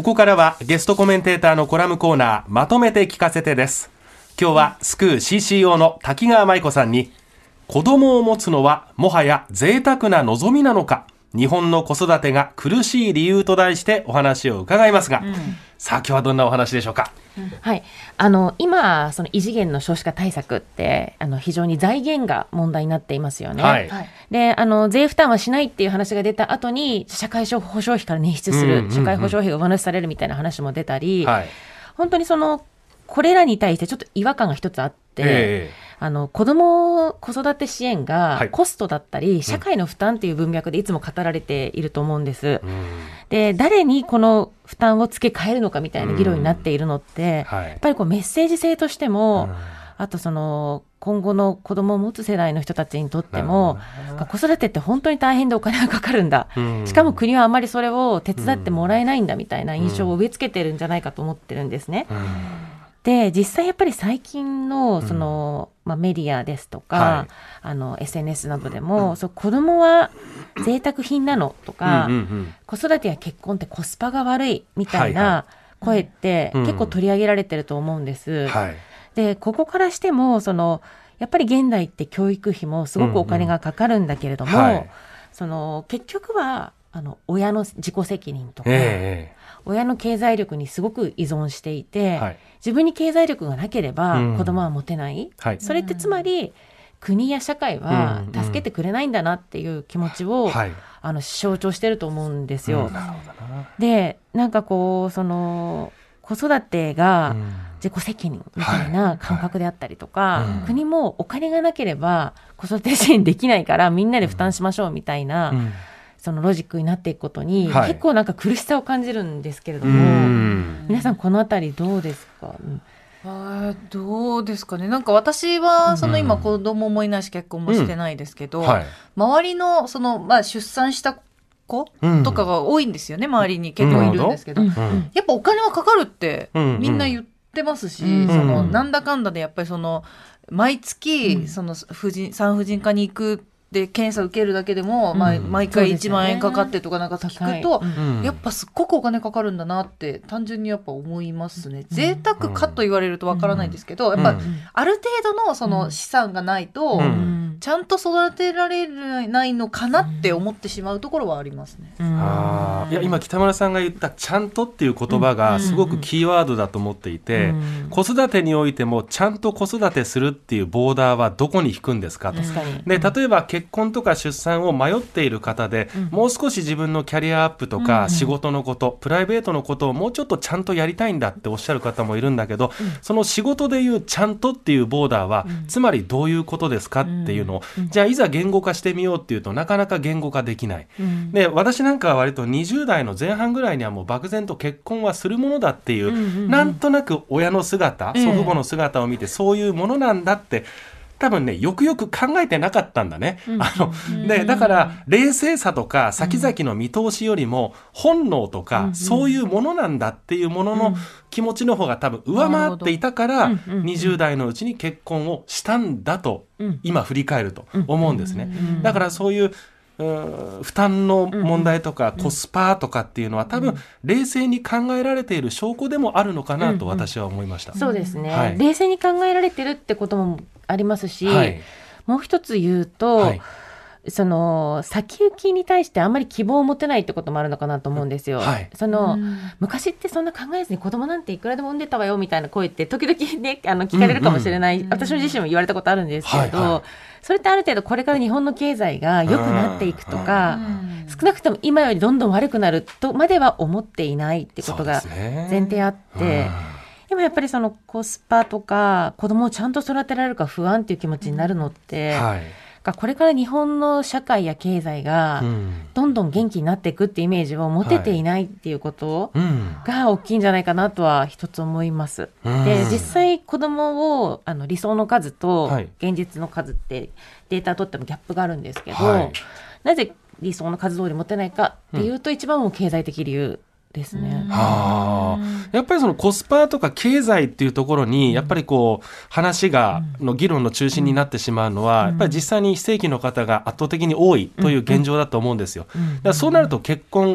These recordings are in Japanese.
ここからはゲストコメンテーターのコラムコーナー、まとめて聞かせてです。今日はスクー CCO の滝川舞子さんに、子供を持つのはもはや贅沢な望みなのか、日本の子育てが苦しい理由と題してお話を伺いますが、さあ今日はどんなお話でしょうか。 はい、今その異次元の少子化対策って非常に財源が問題になっていますよね、はい、で税負担はしないっていう話が出た後に社会保障費から捻出する、社会保障費が上乗せされるみたいな話も出たり、本当にこれらに対してちょっと違和感が一つあって、子育て支援がコストだったり、社会の負担っていう文脈でいつも語られていると思うんです、で誰にこの負担を付け替えるのかみたいな議論になっているのって、やっぱりメッセージ性としても、あと今後の子供を持つ世代の人たちにとっても、子育てって本当に大変でお金がかかるんだ、しかも国はあまりそれを手伝ってもらえないんだみたいな印象を植え付けてるんじゃないかと思ってるんですね、で実際やっぱり最近のメディアですとか、SNS などでも、子供は贅沢品なのとか、子育てや結婚ってコスパが悪いみたいな声って結構取り上げられてると思うんです、でここからしてもやっぱり現代って教育費もすごくお金がかかるんだけれども、結局は親の自己責任とか、親の経済力にすごく依存していて、自分に経済力がなければ子供は持てない、それってつまり国や社会は助けてくれないんだなっていう気持ちを、象徴してると思うんですよ、で子育てが自己責任みたいな感覚であったりとか、国もお金がなければ子育て支援できないからみんなで負担しましょうみたいな、ロジックになっていくことに、結構苦しさを感じるんですけれども、皆さんこのあたりどうですか。 どうですかね。私は今子供もいないし結婚もしてないですけど、周りの出産した子とかが多いんですよね、周りに結構いるんですけど、やっぱお金はかかるってみんな言ってますし、なんだかんだでやっぱり毎月産婦人科に行くで検査受けるだけでも、毎回1万円かかってとか聞くと、やっぱすっごくお金かかるんだなって単純にやっぱ思いますね。贅沢かと言われるとわからないですけど、やっぱある程度の資産がないと、ちゃんと育てられないのかなって思ってしまうところはありますね。 いや今北村さんが言ったちゃんとっていう言葉がすごくキーワードだと思っていて、子育てにおいてもちゃんと子育てするっていうボーダーはどこに引くんですかと。で例えば結婚とか出産を迷っている方で、もう少し自分のキャリアアップとか仕事のこと、プライベートのことをもうちょっとちゃんとやりたいんだっておっしゃる方もいるんだけど、その仕事でいうちゃんとっていうボーダーは、つまりどういうことですかっていうのを、じゃあいざ言語化してみようっていうとなかなか言語化できない、で私なんかは割と20代の前半ぐらいにはもう漠然と結婚はするものだっていう、なんとなく親の姿、祖父母の姿を見てそういうものなんだって多分ねよくよく考えてなかったんだね、でだから冷静さとか先々の見通しよりも本能とか、そういうものなんだっていうものの気持ちの方が多分上回っていたから、20代のうちに結婚をしたんだと、今振り返ると思うんですね、だからそういう負担の問題とかコスパとかっていうのは多分冷静に考えられている証拠でもあるのかなと私は思いました。 そうですね、冷静に考えられてるってこともありますし、もう一つ言うと、先行きに対してあんまり希望を持てないってこともあるのかなと思うんですよ、昔ってそんな考えずに子供なんていくらでも産んでたわよみたいな声って時々ね聞かれるかもしれない、私自身も言われたことあるんですけれど、それってある程度これから日本の経済が良くなっていくとか、少なくとも今よりどんどん悪くなるとまでは思っていないってことが前提あって、でもやっぱりコスパとか子供をちゃんと育てられるか不安っていう気持ちになるのって、これから日本の社会や経済がどんどん元気になっていくってイメージを持てていないっていうことが大きいんじゃないかなとは一つ思います。で実際子供を理想の数と現実の数ってデータ取ってもギャップがあるんですけど、なぜ理想の数通り持てないかっていうと、一番も経済的理由ですね。 やっぱりコスパとか経済っていうところにやっぱり話の議論の中心になってしまうのは、やっぱり実際に非正規の方が圧倒的に多いという現状だと思うんですよ。だからそうなると結婚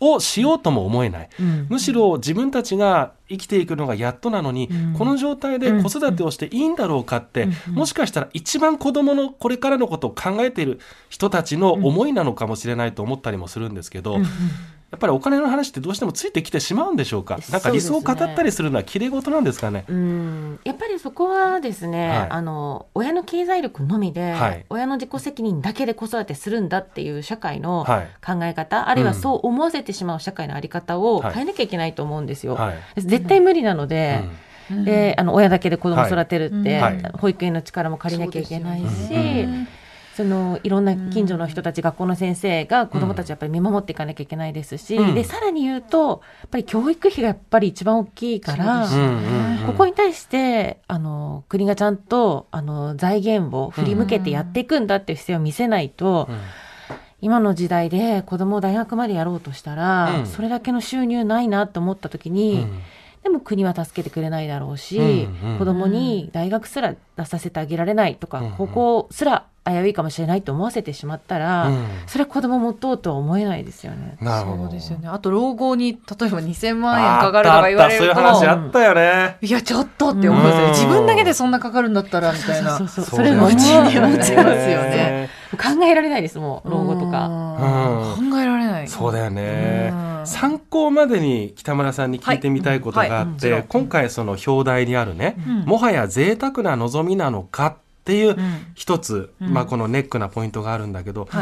をしようとも思えない、むしろ自分たちが生きていくのがやっとなのに、この状態で子育てをしていいんだろうかって、もしかしたら一番子供のこれからのことを考えている人たちの思いなのかもしれないと思ったりもするんですけど、やっぱりお金の話ってどうしてもついてきてしまうんでしょうか。なんか理想を語ったりするのは綺麗事なんですかね。 やっぱりそこはですね、親の経済力のみで、親の自己責任だけで子育てするんだっていう社会の考え方、あるいはそう思わせてしまう社会のあり方を変えなきゃいけないと思うんですよ。絶対無理なので、で親だけで子供育てるって、保育園の力も借りなきゃいけないし、そのいろんな近所の人たち、学校の先生が子どもたちやっぱり見守っていかなきゃいけないですし、でさらに言うとやっぱり教育費がやっぱり一番大きいから、ここに対して国がちゃんと財源を振り向けてやっていくんだっていう姿勢を見せないと、今の時代で子どもを大学までやろうとしたら、それだけの収入ないなと思った時に、でも国は助けてくれないだろうし、子どもに大学すら出させてあげられないとか、高校すら危ういかもしれないと思わせてしまったら、それは子ども持とうとは思えないですよね。 そうですよね。あと老後に例えば2000万円かかるとか言われると、 そういう話あったよね。 いやちょっとって思うんですよね。自分だけでそんなかかるんだったらみたいな。 それもうちに持ちますよね。考えられないです、もう老後とか。 考えられない。 そうだよね。参考までに北村さんに聞いてみたいことがあって、今回その表題にあるね、もはや贅沢な望みなのかっていう一つ、このネックなポイントがあるんだけど、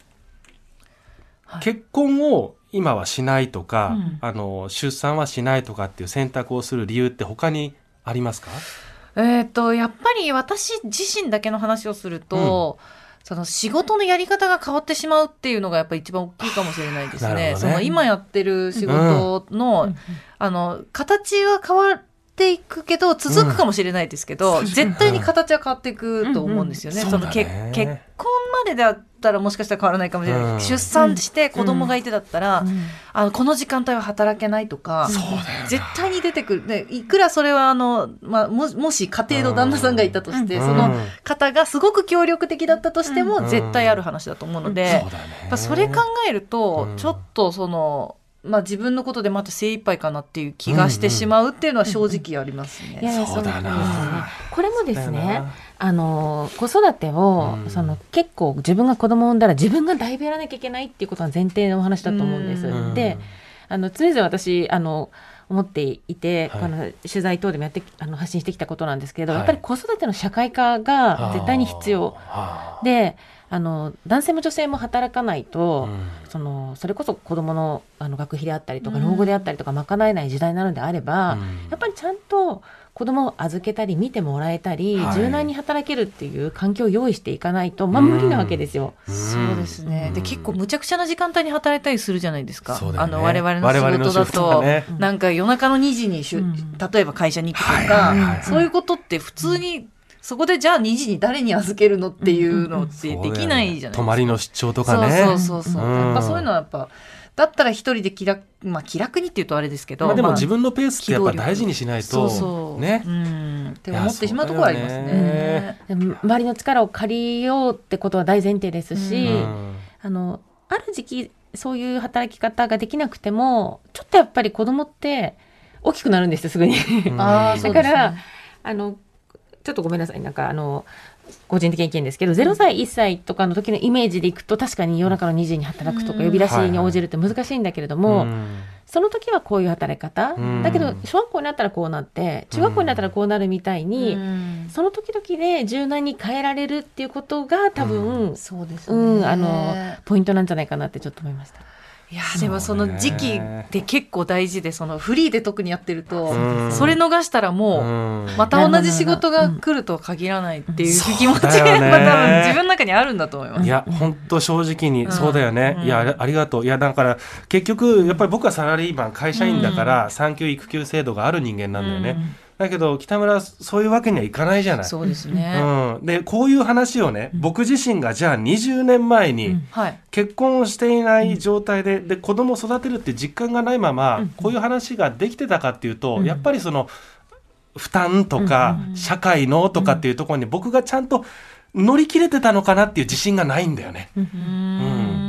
結婚を今はしないとか、出産はしないとかっていう選択をする理由って他にありますか？ やっぱり私自身だけの話をすると、その仕事のやり方が変わってしまうっていうのがやっぱり一番大きいかもしれないですね。その今やってる仕事の、形は変わっていくけど続くかもしれないですけど、絶対に形は変わっていくと思うんですよね。その結婚までだったらもしかしたら変わらないかもしれない。出産して子供がいてだったら、この時間帯は働けないとか、絶対に出てくる。でいくらそれはもし家庭の旦那さんがいたとして、その方がすごく協力的だったとしても、絶対ある話だと思うので、それ考えるとちょっとその自分のことでまた精一杯かなっていう気がしてしまうっていうのは正直ありますね。 そうだな。これもですね、子育てを、結構自分が子供を産んだら自分がだいぶやらなきゃいけないっていうことは前提のお話だと思うんです。で、常々私思っていて、取材等でもやって発信してきたことなんですけど、やっぱり子育ての社会化が絶対に必要で、男性も女性も働かないと、それこそ子どもの学費であったりとか老後であったりとか賄えない時代になるのであれば、やっぱりちゃんと子どもを預けたり見てもらえたり、柔軟に働けるっていう環境を用意していかないと、無理なわけですよ。 そうですね。で結構むちゃくちゃな時間帯に働いたりするじゃないですか。我々の仕事だと、なんか夜中の2時に例えば会社に行くとか、そういうことって普通にそこでじゃあ2時に誰に預けるのっていうのってできないじゃないですか。 泊まりの出張とかね。 やっぱそういうのはやっぱだったら一人で気楽にっていうとあれですけど、 でも自分のペースってやっぱ大事にしないとね、 って思ってしまうところはありますね。 周りの力を借りようってことは大前提ですし、ある時期そういう働き方ができなくても、ちょっとやっぱり子供って大きくなるんですよ、すぐに。だからちょっとごめんなさい、なんか個人的な意見ですけど、0歳1歳とかの時のイメージでいくと、確かに夜中の2時に働くとか呼び出しに応じるって難しいんだけれども、その時はこういう働き方だけど、小学校になったらこうなって中学校になったらこうなるみたいに、その時々で柔軟に変えられるっていうことが多分、ポイントなんじゃないかなってちょっと思いました。 いやでもその時期って結構大事で、そのフリーで特にやってると、それ逃したらもうまた同じ仕事が来るとは限らないっていう気持ちが多分自分の中にあるんだと思います。 いや本当正直にそうだよね。いやありがとう。いやだから結局やっぱり僕はサラリーマン会社員だから、産休育休制度がある人間なんだよね。だけど北村そういうわけにはいかないじゃない。 そうですね。 でこういう話をね、僕自身がじゃあ20年前に結婚をしていない状態で、子供を育てるって実感がないまま、こういう話ができてたかっていうと、やっぱりその負担とか、社会のとかっていうところに僕がちゃんと乗り切れてたのかなっていう自信がないんだよね。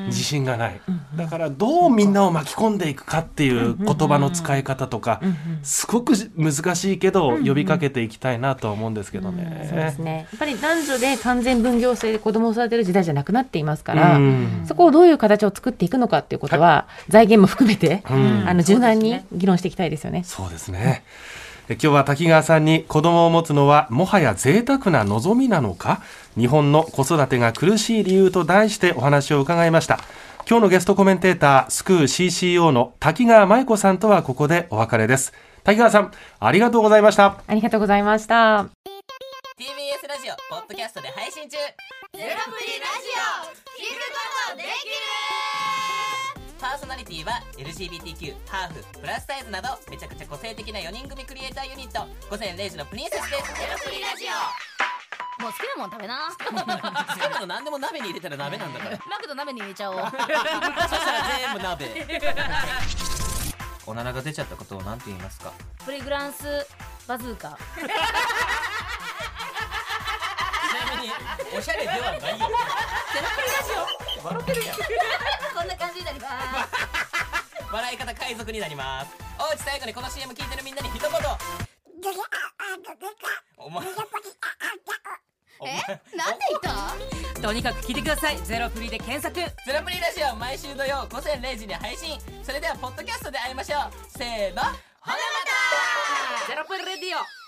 自信がない、だからどうみんなを巻き込んでいくかっていう言葉の使い方とか、すごく難しいけど呼びかけていきたいなと思うんですけどね。 そうですね。やっぱり男女で完全分業制で子供を育てる時代じゃなくなっていますから、そこをどういう形を作っていくのかっていうことは、財源も含めて、柔軟に議論していきたいですよね。 そうですね。今日は滝川さんに、子供を持つのはもはや贅沢な望みなのか、日本の子育てが苦しい理由と題してお話を伺いました。今日のゲストコメンテーター、スクー CCO の滝川舞子さんとはここでお別れです。滝川さん、ありがとうございました。 ありがとうございました。 TBS ラジオポッドキャストで配信中。 ゼロプリラジオ聞くことできる。 パーソナリティは LGBTQ、ハーフ、プラスサイズなどめちゃくちゃ個性的な4人組クリエイターユニット、午前0時のプリンセスです。 ゼロプリラジオ、もう好きなもん食べな。 好きなの何でも鍋に入れたら鍋なんだから。 マクド鍋に入れちゃおう。 そしたら全部鍋。おならが出ちゃったことを何て言いますか？ プリグランスバズーカ。 ちなみにおしゃれではないよ。ゼロプリラジオ笑ってるやん。 こんな感じになります。 笑い方海賊になります。おうち最後にこの CM 聞いてるみんなに一言。お前なんで言った？ とにかく聞いてください。ゼロプリで検索。ゼロプリラジオ毎週土曜午前0時に配信。それではポッドキャストで会いましょう。せーの、ほなまた。ゼロプリレディオ。